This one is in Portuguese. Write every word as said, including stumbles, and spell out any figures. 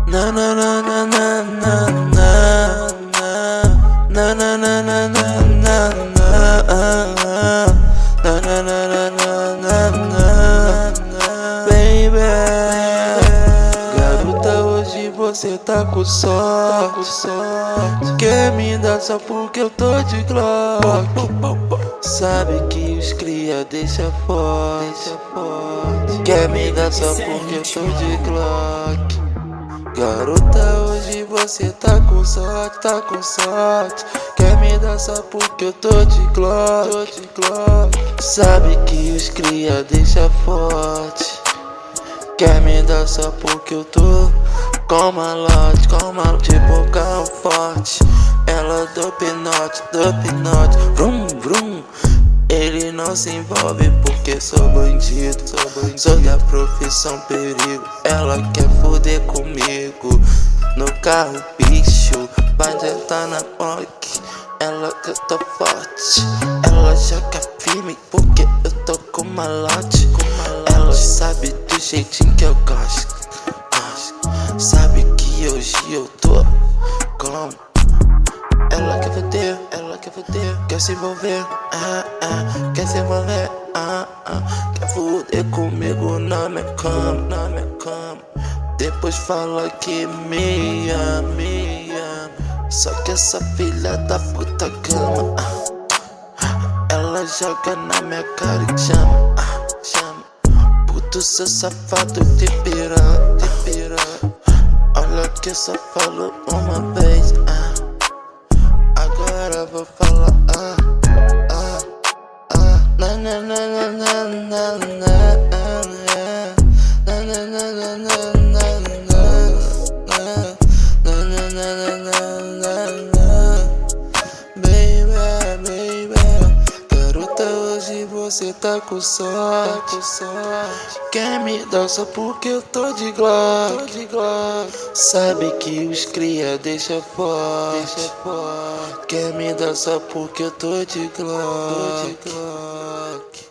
Na na na na na na na na na na na na na na na na na na baby. Garota, hoje você tá com sorte. Quer me dar só porque eu tô de Glock. Sabe que os cria deixa forte. Quer me dar só porque eu tô de Glock. Garota, hoje você tá com sorte, tá com sorte. Quer me dar só porque eu tô de Glock, tô de Glock. Sabe que os cria deixa forte. Quer me dar só porque eu tô com malote, com malote de bocão forte. Ela do pinote, do pinote, vrum, vrum. Ele não se envolve porque sou bandido, sou bandido. Sou da profissão perigo. Ela quer foder comigo no carro, bicho. Vai adiantar na Glock. Ela que eu tô forte. Ela joga firme porque eu tô com malote. Ela sabe do jeitinho que eu gosto. Sabe que hoje eu tô com. Ela quer foder, ela quer foder, quer se envolver, ah, ah, quer se envolver, ah, ah, quer foder comigo na minha cama, na minha cama. Depois fala que me ama, me ama. Só que essa filha da puta cama, ah, ela joga na minha cara e chama, ah, chama. Puto, seu safado de piranha, de piranha. Olha que só falo uma vez, ah. Agora vou falar, ah, ah, ah, na na na na na na na na na na na, baby, baby. Garota, hoje você tá com sorte. Quer me dar só porque eu tô de Glock. Sabe que os cria deixa forte. Quer me dar só porque eu tô de Glock.